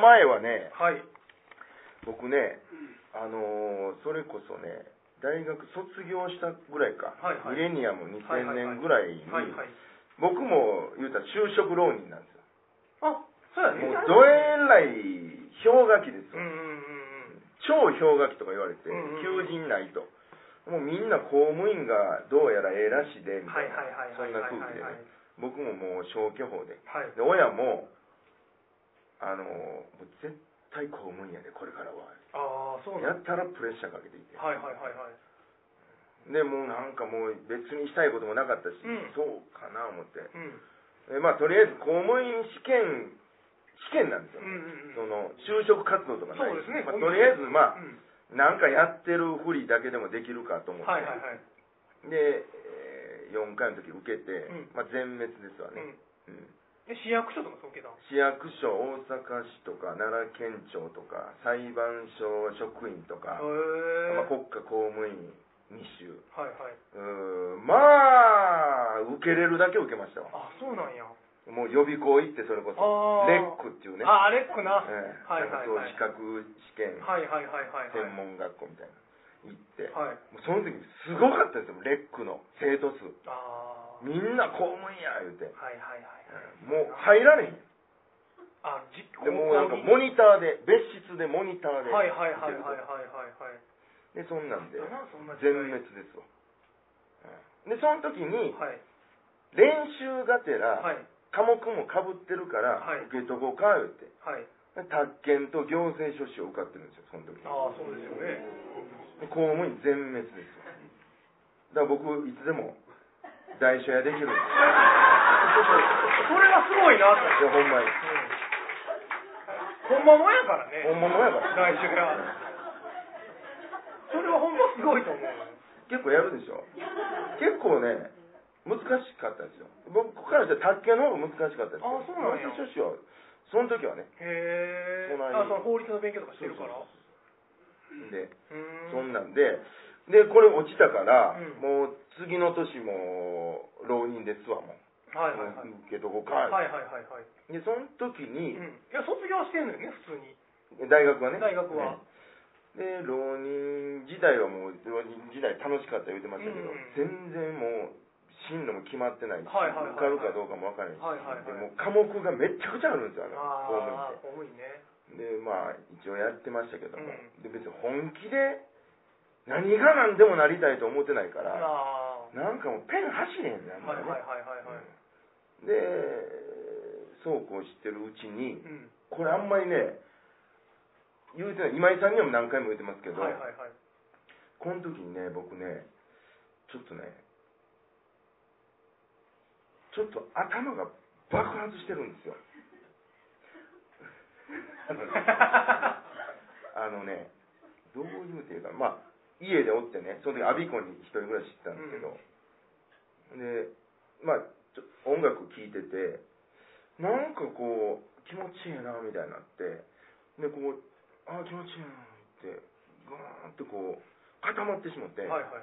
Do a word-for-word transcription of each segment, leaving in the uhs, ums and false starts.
前はね、 はい、 僕ね、あのー、それこそね、大学卒業したぐらいか、はいはい、ミレニアムにせんねんぐらいに、はいはい、僕も言うたら就職浪人なんですよ。 あ、そうやね。 もうどえらい氷河期ですよ。 うんうんうん、 超氷河期とか言われて、うんうん、求人ないと。もうみんな公務員がどうやらええらしで、みたいな、そんな空気でね。僕ももう消去法で。はい、で、親も、あの、もう絶対公務員やで、これからは。 ああ、そうなんやったらプレッシャーかけていて。 はいはいはいはい。 で、もうなんかもう別にしたいこともなかったし、うん、そうかな思って。うん、えまあ、とりあえず公務員試験、試験なんですよ、ね。うんうんうん、その、就職活動とかない。 そうですね。 まあ、とりあえず、まあ、うんなんかやってるふりだけでもできるかと思って、はいはいはい、で、えー、よんかいの時受けて、うん、まあ、全滅ですわね、うんうん、 え市役所とかそう受けたの？ 市役所、大阪市とか奈良県庁とか裁判所職員とか、まあ、国家公務員に種、はいはい、うーまあ受けれるだけ受けましたわ。 あ、そうなんや。 もう予備校行って、それこそレックっていうね、 ああレックな、 えー、はいはいはい、なんかそういう資格試験、 はいはいはいはい、 専門学校みたいな行って、 はい、 もうその時すごかったですよ、レックの生徒数。 あみんな公務員や言うて、 はいはいはい、はい、 もう入られへん。 あ実でもうなんかモニターで、別室でモニターで、 はいはいはいはいはいはいはい、 でそんなんで全滅ですわ。でその時に、はい、練習がてら、はい、科目もかぶってるから、はい、受けとこうか言うて、はい、宅建と行政書士を受かってるんですよ、その時に。 ああ、そうですよね。 公務員全滅ですよ。だから僕いつでも代書屋できるんですよ。 それはすごいなって。 いやほんまに、 うん、ほんまもやからね。 ほんまもやから。 代書屋。それはほんますごいと思う。 結構やるでしょ。結構ね難しかったですよ。僕からしたら宅建の方が難しかったですよ。 ああ、そうなんや。 行政書士はその時はね。 へえ。あ、その法律の勉強とかしてるから。 で、そんなんで、でこれ落ちたから、うん、もう次の年も浪人ですわもう。はいはいはい。受けとこうか。 はいはいはいはい。 でその時に、 うん、いや卒業してんのよね普通に。 大学はね。 大学は。 ね、で浪人時代はもう浪人時代楽しかった言ってましたけど、うん、全然もう。進路も決まってないし、はいはいはいはい、受かるかどうかも分からないし、はいはいはい、でも科目がめっちゃくちゃあるんですよ、公務員って。公務員ね。で、まあ、一応やってましたけども、うん、で別に本気で何が何でもなりたいと思ってないから、なんかもうペン走れへんねん、あんまりね。はいはいはいはい、はい、で、そうこうしてるうちに、うん、これあんまりね、言うてない、今井さんにも何回も言ってますけど、はいはいはい、この時にね、僕ね、ちょっとね、ちょっと頭が爆発してるんですよ。あのね、どういうていうか、まあ、家でおってね、その時、アビコに一人暮らししてたんですけど、うん、で、まあ、ちょ音楽聴いてて、なんかこう、気持ちいいな、みたいになって、で、こう、ああ、気持ちいいな、って、ガーンってこう、固まってしまって、はいはい、あ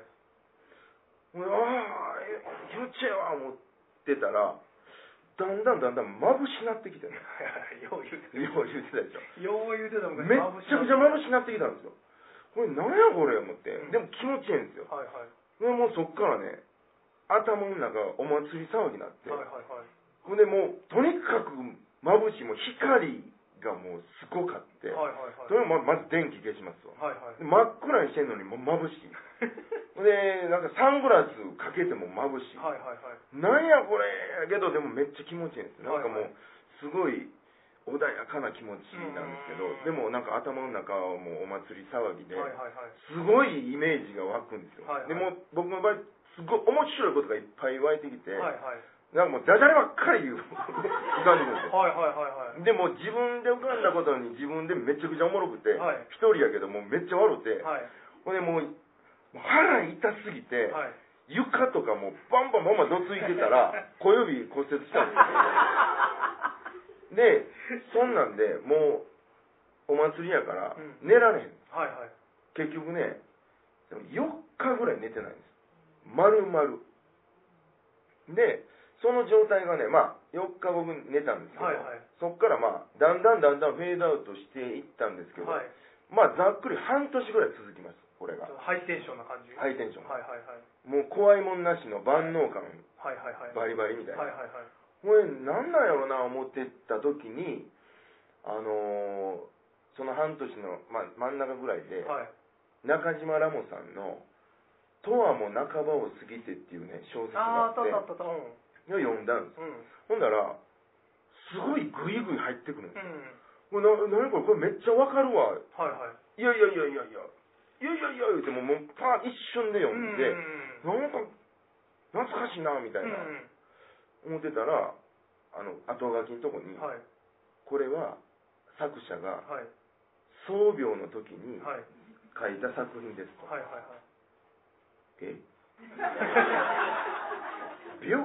あ、気持ちいいわ、思ってたら、だんだんだんだん眩しなってきてね。 よう言うてた。 よう言うてたでしょ。 よう言うてたもん。 めっちゃくちゃ眩しなってきたんですよ。これ何やこれ思って。でも気持ちいいんですよ。はいはい。でもうそっからね、頭の中お祭り騒ぎになって。はいはいはい。ほんでもうとにかく眩しい、もう光がもうすごかって。はいはいはい。それはまず電気消しますわ。はいはい。真っ暗にしてんのにもう眩しい。で、なんかサングラスかけても眩しい。はいはいはい。なんやこれやけど、でもめっちゃ気持ちいいんです。なんかもう、すごい穏やかな気持ちなんですけど、でもなんか頭の中はもうお祭り騒ぎで、はいはいはい、すごいイメージが湧くんですよ。はいはい、でも僕の場合、すごい面白いことがいっぱい湧いてきて、はいはい、なんかもうダジャレばっかり浮かんでくるんですよ。はいはいはいはい、でも自分で浮かんだことに自分でめちゃくちゃおもろくて、はい、一人やけどもうめっちゃ笑って、はい、ほんでもう腹痛すぎて、はい、床とかもうバンバンバンバンどついてたら小指骨折したんですよ。で、そんなんでもうお祭りやから寝られへん、うん、はいはい、結局ねよっかぐらい寝てないんです、丸々で。 その状態がね、まあ、よっかご寝たんですけど、はいはい、そこからまあ、だんだんだんだんフェードアウトしていったんですけど、はい、まあ、ざっくり半年ぐらい続きます、これが。 ハイテンションな感じ。 ハイテンション。 はいはいはい。 もう怖いもんなしの万能感、 はいはいはい、 バリバリみたいな。 はいはいはい。 これ、なんなんやろうな、思ってった時に、あのー、その半年の、まあ、真ん中ぐらいで、はい、中島ラモさんの、とはも半ばを過ぎてっていうね、小説があって、ああ、たたたた、うん、読んだんです、うん、ほんだらすごいグイグイ入ってくるんですよ、うん、これな何これこれめっちゃわかるわ、はいはい、いやいやいやいやいやいやいやいや言うてももうパー一瞬で読んで、うん、なんか懐かしいなみたいな、うん、思ってたらあの後書きのとこに、はい、これは作者が創病の時に書いた作品ですと、はいはいはい、え病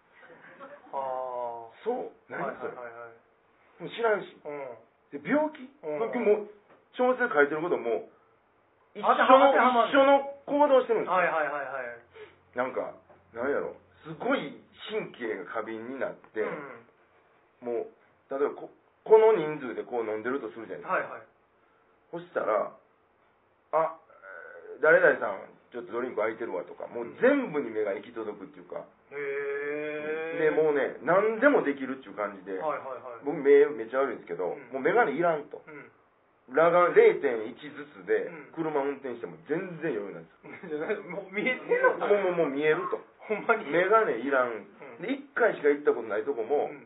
あそう何それ、はいはいはい、知らんし、うん、で病気、うん、もう小説で書いてることも一緒の一緒の行動してるんですよ、はいはいはいはい、なんか何やろすごい神経が過敏になって、うん、もう例えば こ, この人数でこう飲んでるとするじゃないですか、はいはい、そしたらあ誰々さんちょっとドリンク空いてるわとか、もう全部に目が行き届くっていうか、へでもうね、何でもできるっていう感じで、はいはいはい、僕目めっちゃ悪いんですけど、うん、もう眼鏡いらんと、うん、裸眼 れいてんいち ずつで車運転しても全然余裕なんですよ。 もう見えてるのかな、 もうもう見えると。ほんまに眼鏡いらん。でいっかいしか行ったことないとこも、うん、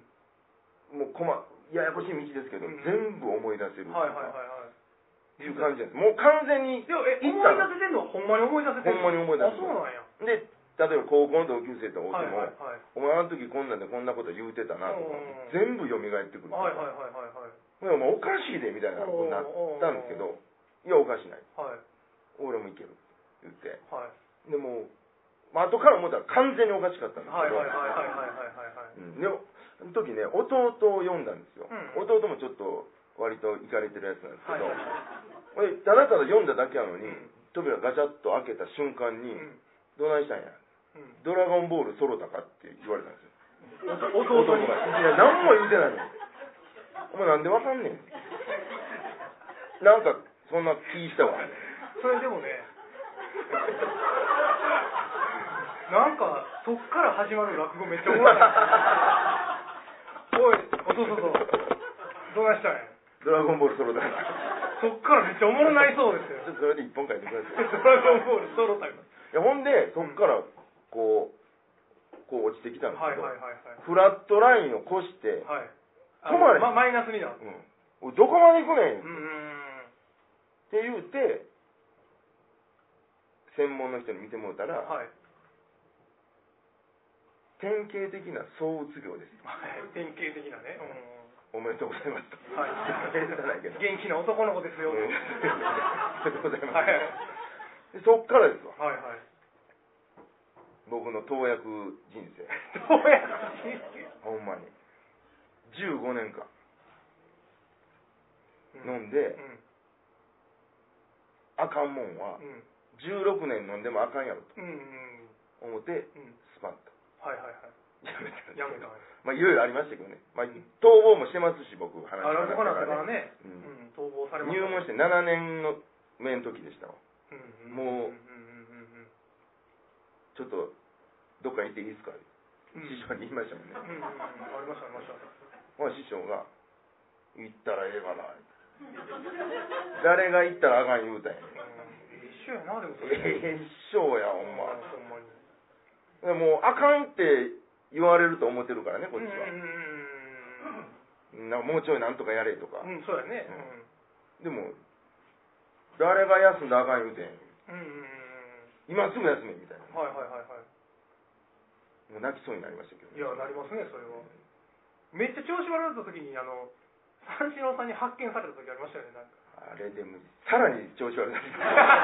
もうこまややこしい道ですけど、うん、全部思い出せる。はいはいはいはい。っていう感じです。もう完全に。 でもえ思い出せてんのはほんまに思い出せてんの？ ほんまに思い出せてる。 あ、そうなんや。 で、例えば高校の同級生と会っても、はいはいはい、お前あの時こんなんでこんなこと言うてたなとか、全部蘇ってくる。はいはいはいはいはい。もうおかしいでみたいなことになったんですけど、いやおかしない。はい、俺もいける言って。はい、でも、まあ後から思ったら完全におかしかったんですけど、はいはいはいはいはいはいはい。うん、で、その時ね、弟を読んだんですよ。うん、弟もちょっと割とイカれてるやつなんですけど、はいはいはい、ただただ読んだだけなのに、うん、扉ガチャッと開けた瞬間に、うん、どないしたんや、うん、ドラゴンボールソロタかって言われたんですよ。弟に。いや、何も言うてないの。お前なんでわかんねん。なんか、そんな気したわ。 それでもね、なんか、そっから始まる落語めっちゃおもろい。おい、おそうそうそう。どないしたんや。 ドラゴンボールソロタか。 そっからめっちゃおもろないそうですよ。 ちょっとそれで一本書いてください。 ドラゴンボールソロタか。いや、ほんで、そっから、こう、こう落ちてきたんですけど、 はいはいはいはい、 フラットラインを越して、はい、 止まれ。ま、マイナスになる。 うん。どこまで行くねん。うん。って言うて、専門の人に見てもらったら、はい、典型的な躁うつ病です。 はい、典型的なね。 うん、おめでとうございますと。 はい。元気な男の子ですよ。うん、おめでとうございます。はい、でそっからですわ。はいはい。僕の投薬人生。 投薬人生。 ほんまに。じゅうごねんかん、うん、飲んで、うん、あかんもんは、うん、じゅうろくねん飲んでもあかんやろと思って、うん、スパッと。 はいはいはい。やめた。やめた。 まあいろいろありましたけどね。まあ、逃亡もしてますし、僕、話しながらね。からね。うん。逃亡されました。 入門してななねんの目の時でしたわ。うん、もう、ちょっと、どっか行っていいですか、うん、師匠に言いましたもんね。うんうんうん、ありましたありました。まあ師匠が、行ったらええがな。誰が行ったらあかん言うたんや。 一緒やな、でもそれ。 ええ一緒や、ほんま。ほんまに。でもあかんって言われると思ってるからね、こっちは。うん、なんかもうちょいなんとかやれとか。 うん、そうやね。 うん、でも、誰が休んだらあかん言うてん。うんうんうん、今すぐ休めみたいな。 はいはいはいはい。 もう泣きそうになりましたけど、ね。 いや、なりますね、それは。めっちゃ調子悪かった時に、あの、三四郎さんに発見された時ありましたよね、なんか。 あれでも、さらに調子悪くなりました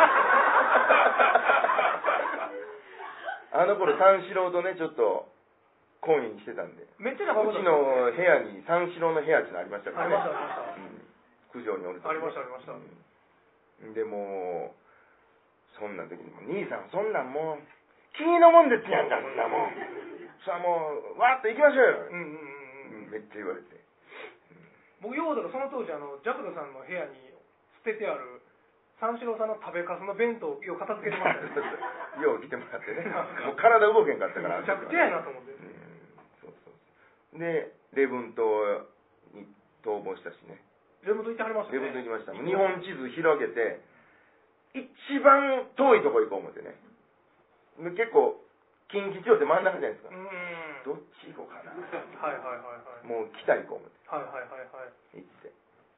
。あの頃、三四郎とね、ちょっと、懇意してたんで。 めっちゃ仲良かった。 うちの部屋に三四郎の部屋っていうのありましたからね。 ありました、ありました。うん。 九条におると、 ね。ありました、ありました。 うん、でも、そんな時にも、兄さん、そんなんもう、君のもんですやんか、そんなもん。 さあもうわーっと行きましょうよ、 うんうんうんうん、 めっちゃ言われて、 僕ようだからその当時あのジャクダさんの部屋に捨ててある三四郎さんの食べかすの弁当をよう片付けてましたねよう来てもらってねもう体動けんかったからめちゃくちゃやなと思って、うん、 そうそうで礼文島に逃亡したしね。 礼文島行ってはりましたね。 礼文島行きました。日本地図広げて一番遠いとこ行こう思ってね。結構近畿地方って真ん中じゃないですか。うん、どっち行こうかな。 はいはいはいはい。 もう北行こう思って。 はいはいはいはい。 行って。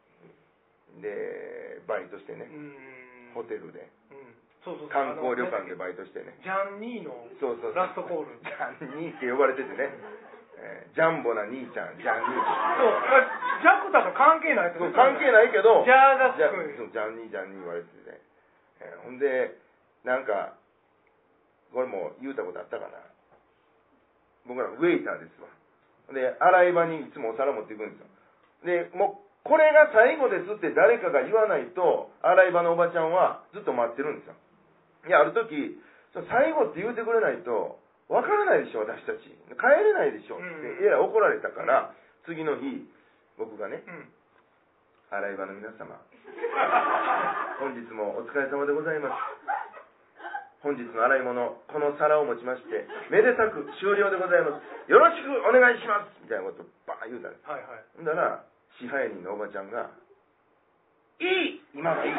でバイトしてね。うん、ホテルで。うん、そうそうそう、観光旅館でバイトしてね。 ジャンニーのそうそうそうラストコール。 ジャンニーって呼ばれててね。えー、ジャンボな兄ちゃん、ジャンニー。 そう、ジャクタと関係ないってこと。 関係ないけど、 ジャーがつく。 そう、ジャンニー、ジャンニー言われててね。えー、ほんで、なんか、これも言うたことあったかな。僕らウェイターですわ。で、洗い場にいつもお皿持っていくんですよ。で、もう、これが最後ですって誰かが言わないと、洗い場のおばちゃんはずっと待ってるんですよ。いや、ある時、最後って言うてくれないと、わからないでしょ、私たち。帰れないでしょってえらい怒られたから、うん、次の日、僕がね、うん、洗い場の皆様、本日もお疲れ様でございます。本日の洗い物、この皿を持ちまして、めでたく終了でございます。よろしくお願いしますみたいなことをバーン言うたんです。はいはい。だから、支配人のおばちゃんが、いい今のいいジャ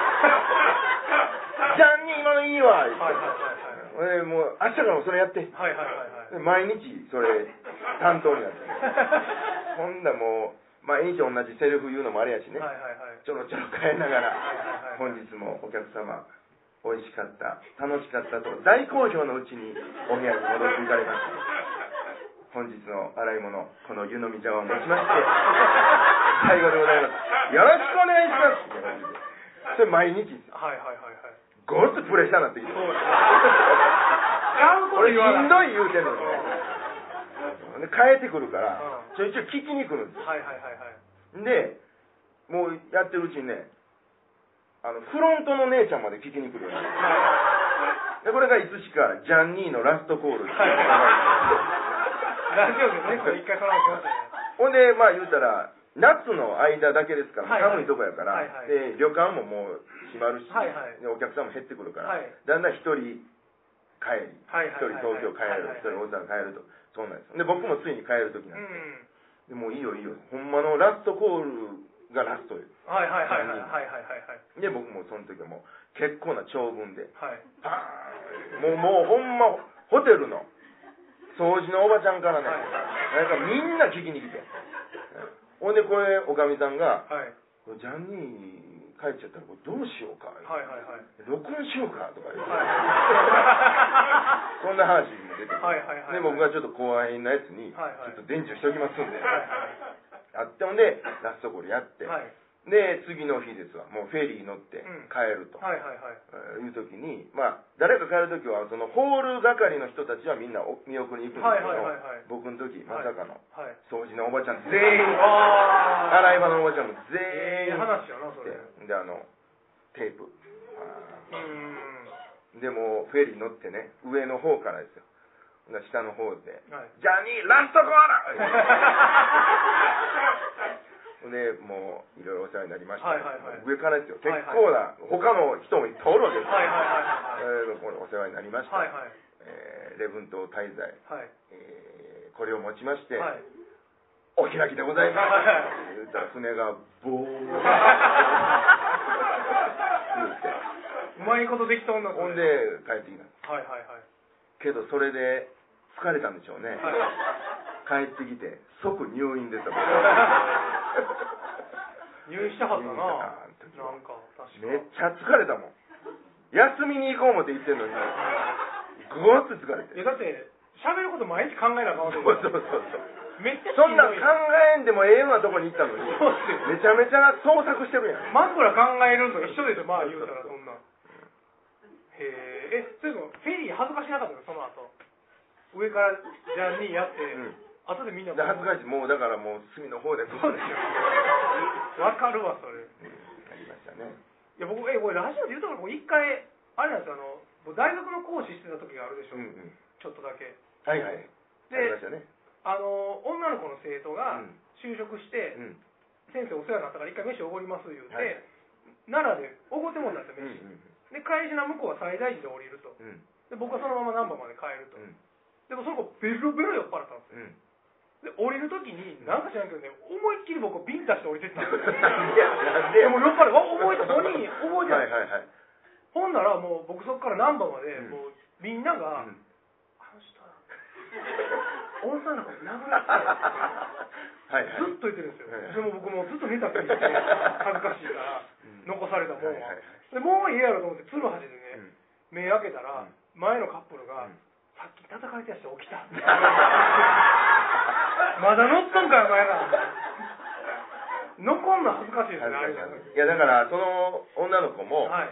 ンニー今のいいわ言って。はいはいはいはい。もう、明日からもそれやって。はいはいはいはい。毎日それ、担当になって。ほんだもう、毎日同じセリフ言うのもあれやしね。はいはいはい。ちょろちょろ変えながら、本日もお客様、美味しかった、楽しかったと大好評のうちにお部屋に戻っていかれました。本日の洗い物、この湯飲み茶碗を持ちまして、最後でございます。よろしくお願いしますって感じで。それ毎日です。はいはいはいはい。ごっつプレッシャーになってきて。そうですね。俺しんどい言うてんのにね。で、帰ってくるから、ちょいちょい聞きに来るんですよ。はいはいはいはい。で、もうやってるうちにね、あのフロントの姉ちゃんまで聞きに来るようになって、でこれがいつしかジャンニーのラストコールっていうラジオでね、これ一回絡まってましたね。 ほんで、まあ言うたら、夏の間だけですから、はいはい、寒いとこやから、はいはい、で旅館ももう閉まるし、はいはい、でお客さんも減ってくるから、はい、だんだん一人帰り、一人東京帰る、一人大阪帰ると、そうなんです。で、僕もついに帰る時なんで、うん、でもういいよいいよ、ほんまのラストコールがラストよ。はいはいはいはいはいはいはい。で、僕もその時はもう結構な長文で、はい、パーンもうもうほんまホテルの掃除のおばちゃんからね、はい、なんかみんな聞きに来て。ほんでこれおかみさんが、はい、ジャンニー帰っちゃったらこれどうしようか、はいはいはい、録音しようかとか言って、はい、そんな話も出てきて、はいはいはいはい、で僕がちょっと後輩のやつに、はいはい、ちょっと伝授しておきますんで、はいはい、あってほんでラストコールやって、はい、で次の日ですわ、もうフェリー乗って帰ると、うん、はいはいはい、いう時に、まあ誰か帰る時はそのホール係の人たちはみんな見送りに行くんですけど、はいはいはいはい、僕の時まさかの掃除のおばちゃん全員、洗い場のおばちゃんも全員、えー、話やなそれで、あのテープ、うん、でもフェリー乗ってね、上の方からですよ、下の方で、はい、ジャニーラストコールで、もういろいろお世話になりました、はいはいはい、上からですよ、結構な、はいはい、他の人もいっぱいおるわけですよ、はいはいはいはい、えー、お世話になりました、はいはい、えー、礼文島滞在、はい、えー、これをもちまして、はい、お開きでございます、はいはい、言ったら船がボーンうまいことできとんの、 ほんで帰ってきた、はいはいはい、けどそれで疲れたんでしょうね、はい、帰ってきて即入院でした入院したはったな、なんか確かめっちゃ疲れたもん、休みに行こう思って行ってんのにごっつ疲れて、 いやだって喋ること毎日考えなあかんわけで、 そうそうそうそう、 めっちゃそんな考えんでもええようなとこに行ったのにめちゃめちゃ創作してるやん、 枕考えるのと一緒でしょ、まあ言うたらそんな、へえ、え、そういうのフェリー恥ずかしなかったのその後上からジャンニーやって、うん、後でみんな恥ずかしい、もうだからもう隅の方でそうでしょわかるわそれ、うん、 ありましたね。 いや僕えこれラジオで言うところ一回あれなんですよ、あの大学の講師してた時があるでしょ、うんうん、ちょっとだけ、 はいはい、 で、あの女の子の生徒が就職して、先生お世話になったから一回飯おごります言うて、奈良でおごってもらったんですよ、飯。で、帰りしな向こうは西大寺で降りると。で、僕はそのまま難波まで帰ると。でもその子ベロベロ酔っ払ったんですよ。で、降りるときに、なんか知らんけどね、思いっきり僕ビンタして降りてったんですよ。いや、なんでもう酔っ払って、覚えて、本人覚えてない。はいはいはい。ほんならもう僕そこから難波まで、もうみんなが、あの人は、女の子殴られてたよ。ずっと言ってるんですよ。でも僕もずっと見たくて、恥ずかしいから、残されたもんは。で、もういいやろと思って、鶴橋でね、目開けたら、前のカップルが、さっき叩かれてやして起きた。まだ乗っとんかよ、お前ら。残んの恥ずかしいですね、あれ。 いや、だから、その女の子も、はい、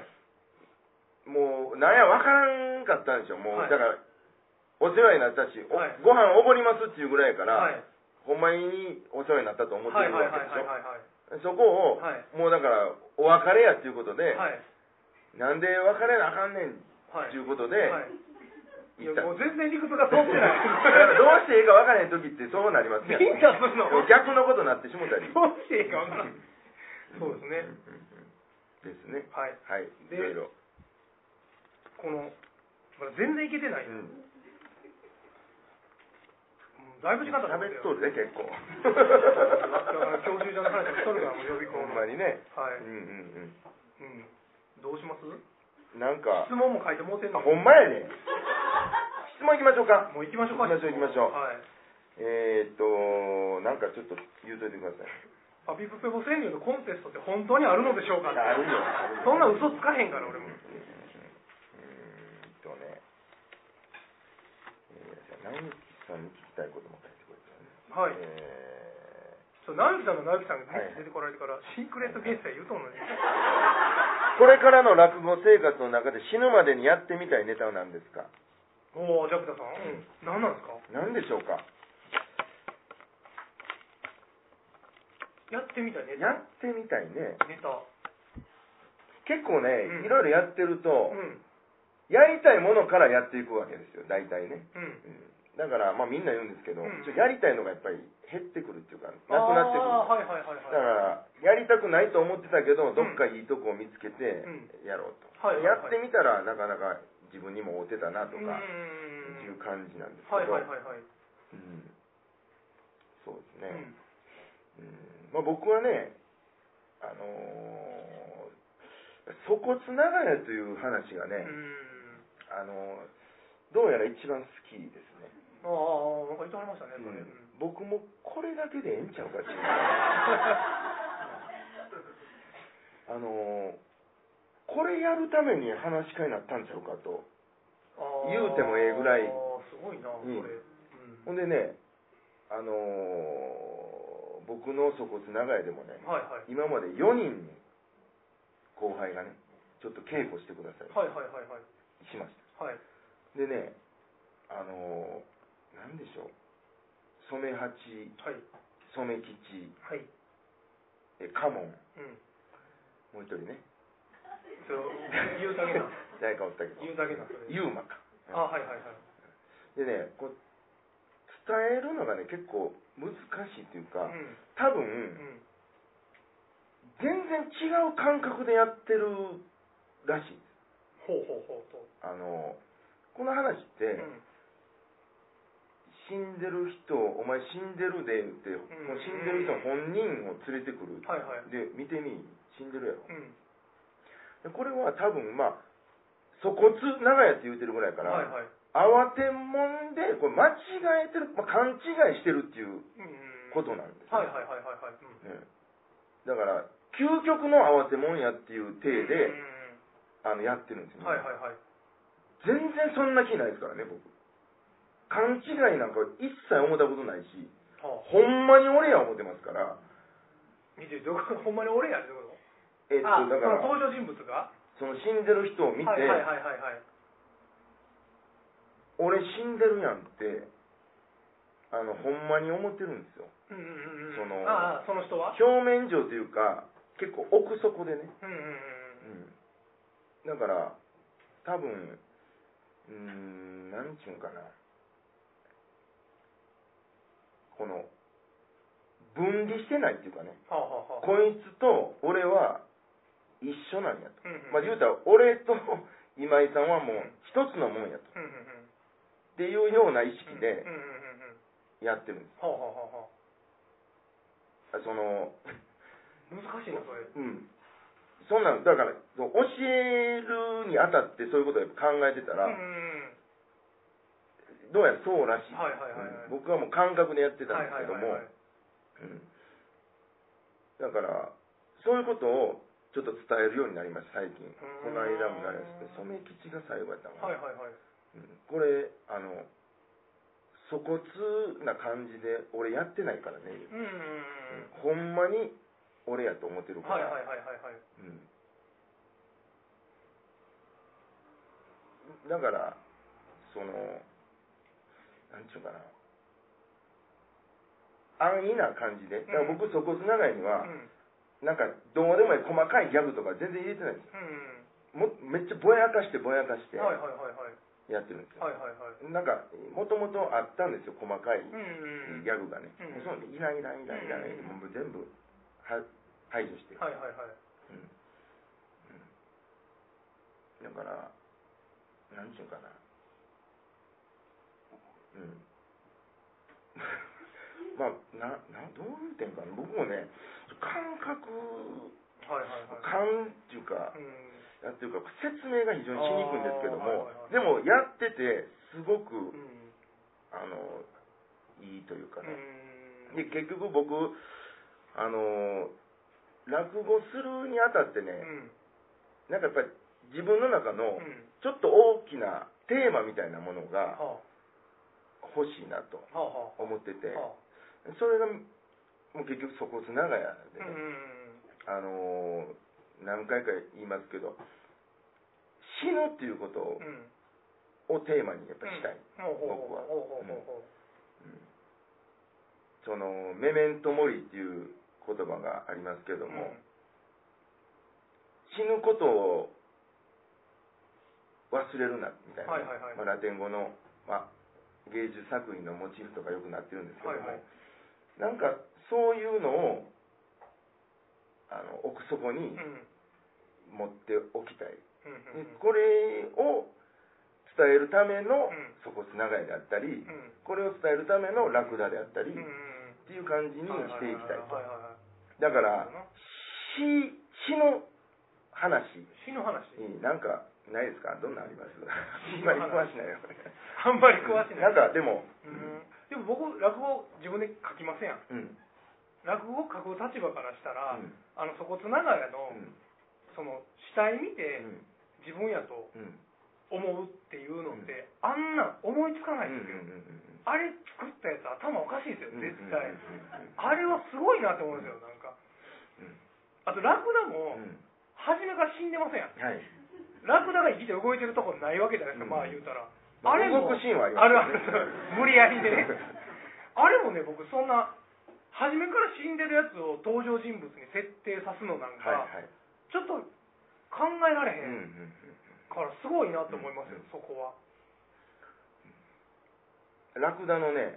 もう、なんや、わからんかったんでしょ。もう、はい、だから、お世話になったし、はい、ご飯おごりますっていうぐらいやから、はい、ほんまにお世話になったと思ってるわけでしょ。そこを、はい、もうだから、お別れやっていうことで、はい、なんで別れなあかんねんっていうことで、はいはい、 いやもう全然理屈が通ってないどうしていいか分からへん時ってそうなりますよ、ね、逆のことになってしもたりどうしていいか分からんそうですねですねはい、 はい、 でいろいろこの、まだ全然いけてない、うん、だいぶ時間経って喋っとるね結構教習所の話をしとるからもう予備校のほんまにねはいうんうんうんうんどうしますなんか質問も書いてもうてんのほんまやね質問いきましょうかもう行きましょうか行きましょう行きましょう、はい、えーっとなんかちょっと言うといてくださいパピプペボ川柳のコンテストって本当にあるのでしょうかってあるよそんな嘘つかへんから俺もうーんとね直樹さんに聞きたいことも書いてくれてねはいえー、そう直樹さんの直樹さんが出てこられてから、はい、シークレットゲスト言うとんのにこれからの落語生活の中で死ぬまでにやってみたいネタは何ですかおお、ジャクタさん、うん、何なんですか何でしょうかやってみたいネタやってみたいねネタ結構ね、うん、いろいろやってると、 うん、 やりたいものからやっていくわけですよ大体ね、 うんうん、だからまあみんな言うんですけど、 うん、 ちょやりたいのがやっぱり減ってくるっていうかなくなってくる、 はいはいはいはい、 だからやりたくないと思ってたけど、うん、どっかいいとこを見つけてやろうと、 うんはいはいはい、 やってみたらなかなか自分にも合うてたなとかいう感じなんですけど、 はいはいはいはい、 うん、そうですね、うんうんまあ、僕はねあのー、粗骨長屋という話がね、あのー、どうやら一番好きですね。 ああ、なんか言ってはりましたね、それ、うん、 僕もこれだけでええんちゃうかっていうあのー、これやるために話し家になったんちゃうかと言うてもええぐらい、 すごいな、 うん、 これ、 ほんでねあのー、僕の粗骨長屋でもね、 はいはい、 今までよにんに後輩がねちょっと稽古してください、 はいはいはいはい、 しました、 はい、 でねあのー、なんでしょう染八、はい、染吉、 はい、 え家紋、うん、もう一人ねそう言うだけな誰かおったけど言うだけなユーマか、 あはいはいはい、 でねこう伝えるのがね結構難しいっていうか、うん、多分、うん、全然違う感覚でやってるらしいです。 ほうほうほうほう。 あのこの話って、うん、死んでる人お前死んでるでって、うん、もう死んでる人本人を連れてくる、 はいはい、 で見てみ死んでるやろ、 うん、 でこれは多分まあ粗骨長屋って言うてるぐらいから、 はいはい、 慌てもんでこれ間違えてる、まあ、勘違いしてるっていうことなんです、ね、 はいはいはいはいはい、うんね、だから究極の慌てもんやっていう体で、うん、あのやってるんですよね、 はいはいはい、 全然そんな気ないですからね僕勘違いなんか一切思ったことないし、はあ、ほんまに俺や思ってますから見てどほんまに俺やってこと？ えっとだから登場人物がその死んでる人を見て、 はいはいはいはいはい、 俺死んでるやんってあのほんまに思ってるんですよ、 うんうんうん、 そのああその人は表面上というか結構奥底でね、 うんうんうんうん、だから多分うーん何ちゅうんかなこの分離してないっていうかね、 はあはあはあ、 こいつと俺は一緒なんやと、 うんうん、 まあ言うたら俺と今井さんはもう一つのもんやと、 うんうんうん、 っていうような意識でやってるんです。 はあはあはあ、その難しいなそれ。 うん。そんなんだから教えるにあたってそういうことを考えてたら、うんうん、どうやらそうらしい。 はいはいはいはい、 うん、僕はもう感覚でやってたんですけども、 はいはいはいはい、 うん、だからそういうことをちょっと伝えるようになりました最近。この間も誰ですか、染吉が最後やったのかな、 はいはいはい、 うん、これあの粗骨な感じで俺やってないからね、うんうんうん、ほんまに俺やと思ってるから、 はいはいはいはいはい、 うん、だからそのなんちゅうかな、安易な感じで、だから僕、粗骨長いには、うん、なんかどうでもいい細かいギャグとか全然入れてないんですよ、うん、もめっちゃぼやかしてぼやかしてやってるんですよ、はいはいはい、なんかもともとあったんですよ、細かいギャグがね、うんうん、もうそのいらんいらんいらんいらん、うん、もう全部は排除して、はいはいはい、うんうん、だからなんちゅうかな、うん、まあななどういう点かな、僕もね感覚、はいはいはい、感っていうか、うん、なんていうか説明が非常にしにくいんですけども、はいはいはい、でもやっててすごく、うん、あのいいというかね、うん、で結局僕あの落語するにあたってね、うん、なんかやっぱり自分の中のちょっと大きなテーマみたいなものが欲しいなと思ってて、それがもう結局粗骨長屋でね、うん、あの何回か言いますけど、死ぬっていうことを、うん、をテーマにやっぱりしたい、うん、僕は、うん、そのメメントモリっていう言葉がありますけども、うん、死ぬことを忘れるなみたいな、はいはいはい、まあ、ラテン語の、まあ、芸術作品のモチーフとかよくなってるんですけども、はいはい、なんかそういうのをあの奥底に持っておきたい、うん、これを伝えるための粗骨長屋であったり、うん、これを伝えるためのラクダであったり、うん、っていう感じにしていきたいと。だから死死の話死の話なんかないですか？どんなあります？あんまり詳しないよあんまり詳しない。 なんかでも、 うん、でも僕落語自分で書きませんやん、うん、落語を書く立場からしたら、うん、あの粗骨長屋の、うん、その死体見て、うん、自分やと思うっていうのって、うん、あんな思いつかないですよ、うんうんうんうん、あれ作ったやつ頭おかしいですよ絶対、うんうんうんうん、あれはすごいなって思うんですよ。なんか、うん、あとラクダも、うん、初めから死んでませんやん、はい、ラクダが生きて動いてるとこないわけじゃないですか、うん、まあ言うたら、まあ、あれも動くシーンはありますね、 あるある無理やりでねあれもね、僕そんな初めから死んでるやつを登場人物に設定さすのなんか、はいはい、ちょっと考えられへんからすごいなと思いますよ、うんうんうん、そこは。 ラクダのね、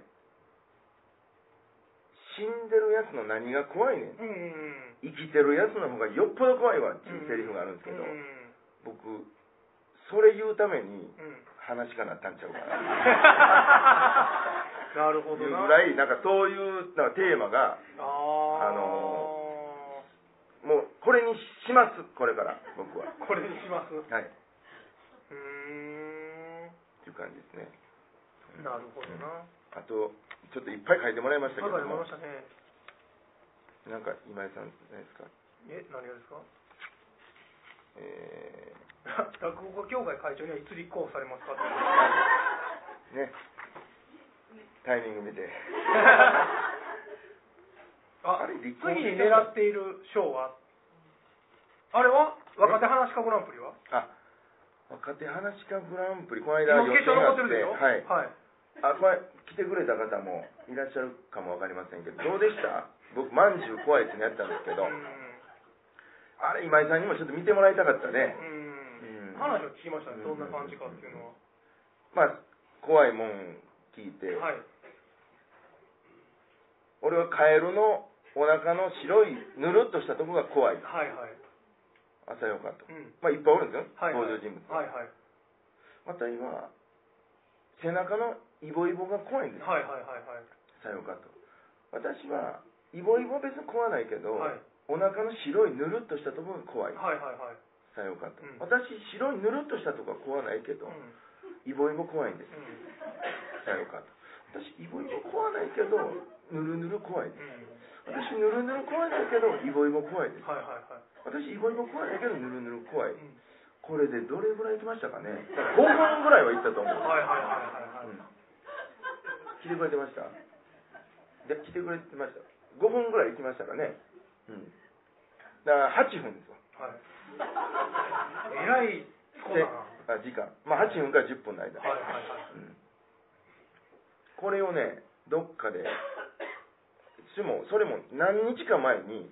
死んでるやつの何が怖いねん、うんうんうん、生きてるやつの方がよっぽど怖いわっていうセリフがあるんですけど、うんうん、僕それ言うために話かなったんちゃうかな、なるほどな、 いうぐらいなんかそういうなんかテーマが あ, あのー、もうこれにします、これから僕はこれにします、 はい、うーんっていう感じですね。 なるほどな、 あとちょっといっぱい書いてもらいましたけども、 書いてもらいましたね。 なんか今井さん何ですか？ え、何がですか？ えー、落語家協会会長にはいつ立候補されますかってね、タイミング見てあ, あれ次に狙っている賞はあれは若手話家グランプリは？ あ、若手話家グランプリこの間予選があって、はい、はい、あ、これ来てくれた方もいらっしゃるかもわかりませんけど、どうでした？僕まんじゅう怖いってやったんですけど、あれ今井さんにもちょっと見てもらいたかったね。うん、 うん、話を聞きましたね、どんな感じかっていうのは。 まあ怖いもん聞いて、はい、 俺はカエルのお腹の白いぬるっとしたところが怖い。 はいはい。 あ、さようかと。 うん、 まあいっぱいおるんですよ、 はいはい、 登場人物。 はいはい。 私は背中のイボイボが怖いんですよ。 はいはいはいはい。 さようかと。私はイボイボは別に怖ないけど、 はい、 お腹の白いぬるっとしたところが怖い。 はいはいはい。 さようかと。 うん、 私白いぬるっとしたところは怖ないけど、うん、イボイボ怖いんです。うん、さようかと。私イボイボ怖ないけどぬるぬる怖いです。うん、私ぬるぬる怖いないけどイボイボ怖いです。はいはいはい。私イボイボ怖いないけどぬるぬる怖い。うん、これでどれぐらい行きましたかね。ごふんぐらいは行ったと思う。はいはいはいはい、はい、うん。来てくれてました？で来てくれてました。ごふんぐらい行きましたかね。うん。だからはちふんですわ。はい。 えらい子だな。 あ時間。まあはちふんからじゅっぷんの間。はいはいはい。うん、これをね、どっかで、しもそれも何日か前に、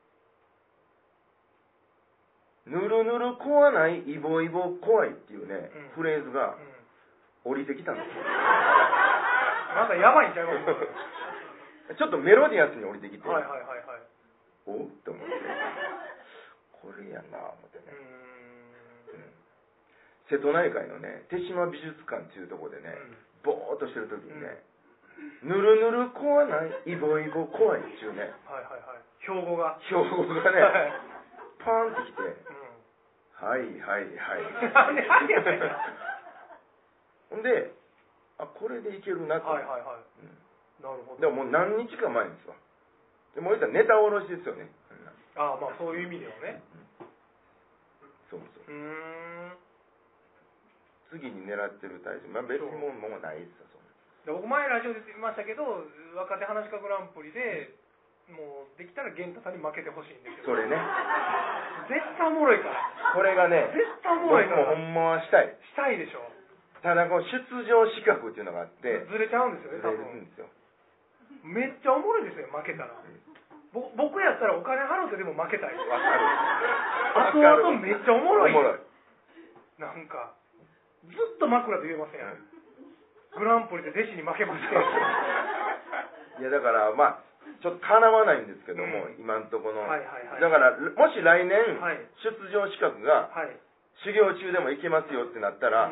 ぬるぬる怖ない、イボイボ怖いっていうね、うん、フレーズが降りてきたんですよ。 なんかやばいんちゃいますちょっとメロディアスに降りてきて、 はいはいはいはい、 おっと思って、これやな思ってね。うん、瀬戸内海のね、手島美術館っていうところでね、うん、ぼーっとしてる時にね、うん、ぬるぬる怖ない、イボイボ怖いっていうね、 はいはいはい、標語が、 標語がね、パーンってきて、うん、はいはいはい。なんではいはいはい。ほんで、あ、これでいけるなと。はいはいはい。うん、なるほど。でももう何日か前ですわ。でもう言ったらネタおろしですよね。 ああ、まあそういう意味ではね。うん、 そうそう。うーん。次に狙ってる大臣、まあ別にもうもうないですよ、 そんな。僕前ラジオで言いましたけど、若手話し家グランプリで、もうできたら源太さんに負けてほしいんですけど。 それね。 絶対おもろいから。 これがね、 絶対おもろいから。 僕もほんまはしたい。 したいでしょ。 ただこの出場資格っていうのがあって、 ずれちゃうんですよね、多分。ずれるんですよ。めっちゃおもろいですよ、負けたら。うん、ぼ僕やったらお金払ってでも負けたい。わかる。後々めっちゃおもろい。おもろい。なんか、ずっと枕で言えません、うん、グランプリで弟子に負けまして。 いやだからまあちょっとかなわないんですけども、うん、今んとこの、はいはいはい、だからもし来年、はい、出場資格が、はい、修行中でもいけますよってなったら、うん、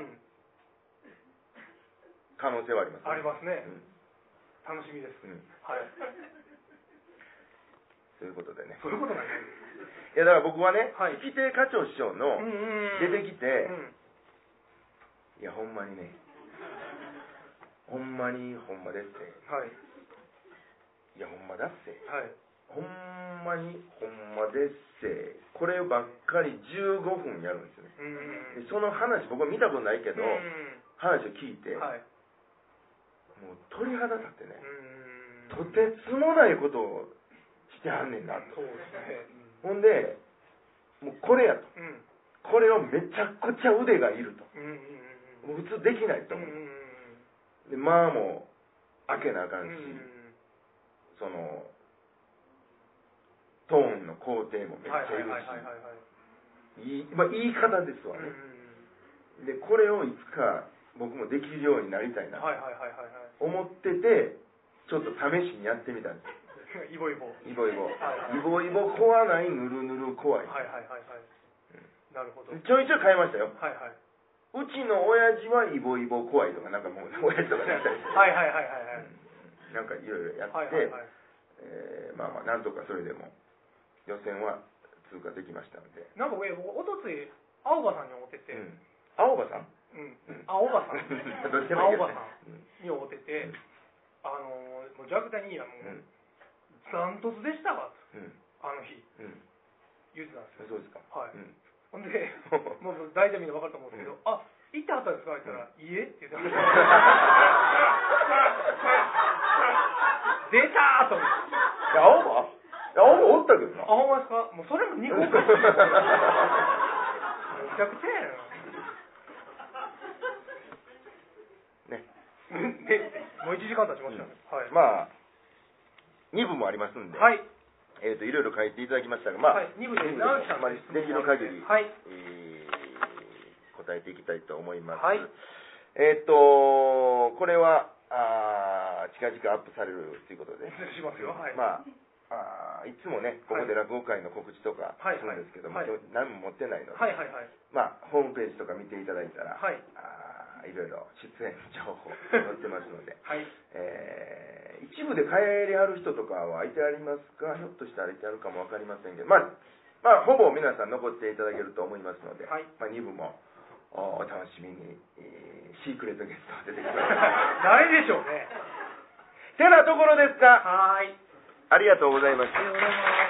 可能性はありますね。 ありますね。うん、楽しみです。うん、はい。 ということでね。 そういうことなんです。 いやだから僕はね、はい、月亭課長師匠の出てきて、うん、いやほんまにね、ほんまにほんまですって。はい。いやほんまだって、はい、ほんまにほんまでっせ、こればっかりじゅうごふんやるんですよね。うん、でその話僕は見たことないけど、うん、話を聞いて、はい、もう鳥肌立ってね、うん、とてつもないことをしてはんねんなと。そうですね。うん、ほんでもうこれやと、うん、これをめちゃくちゃ腕がいると、うん、もう普通できないと思う。うん、でまあもう開けなあかんし、うん、そのトーンの工程もめっちゃいるし、まあ言い方ですわね。うん、でこれをいつか僕もできるようになりたいなと思ってて、ちょっと試しにやってみたんです。 イボイボ。 イボイボ。イボイボ怖ない、ぬるぬる怖い。 はいはいはいはい。うん、なるほど。 ちょいちょい変えましたよ。はいはい。うちの親父はイボイボ怖いとかなんかもう親父とかやったりして。はいはいはいはいはい。うん、なんかいろいろやって、はいはいはい、えー、まあまあなんとかそれでも予選は通過できましたので。 なんか僕おとつい青葉さんに会ってて、うん、 青葉さん、 うん、うん、青葉さんどっちでもいいですね、青葉さんに会ってて、うん、あのもう弱体にいやもう、うん、ダントツでしたわ、うん、あの日、うん、言ってたんですよ。 そうですか。はい。うん、 ほんでもう大体みんな分かると思うんですけど、うん、あ、行ってはったんですかって言ったら、うん、いいえって言ってました。出たーと思って。 いや、青葉いや、青葉おったけどな。 あ、ほんまですか。もうそれもにこか。めちゃくちゃやな。ね。で、もういちじかん経ちましたね。うん、はい。 まあ、に部もありますんで。はい。えっと、いろいろ書いていただきましたが、まあ、はい、に部で直樹さんまりできる限り、はい、えー、答えていきたいと思います。はい。えっと、これは、ああ近々アップされるということで、 しますよ、はい、 まあ、あいつもねここで落語会の告知とかするんですけども、はいはい、何も持ってないので、はいはいはい、まあホームページとか見ていただいたら、はい、あいろいろ出演情報載ってますので、はい、えー、一部で帰りはる人とかはいてありますか、ひょっとしたらいてあるかも分かりませんけど、まあまあ、ほぼ皆さん残っていただけると思いますので、はい、まあ、に部もお楽しみに、えー、シークレットゲストが出てきます。 誰でしょうね。 てなところですか。 はい。 ありがとうございました。 ありがとうございます。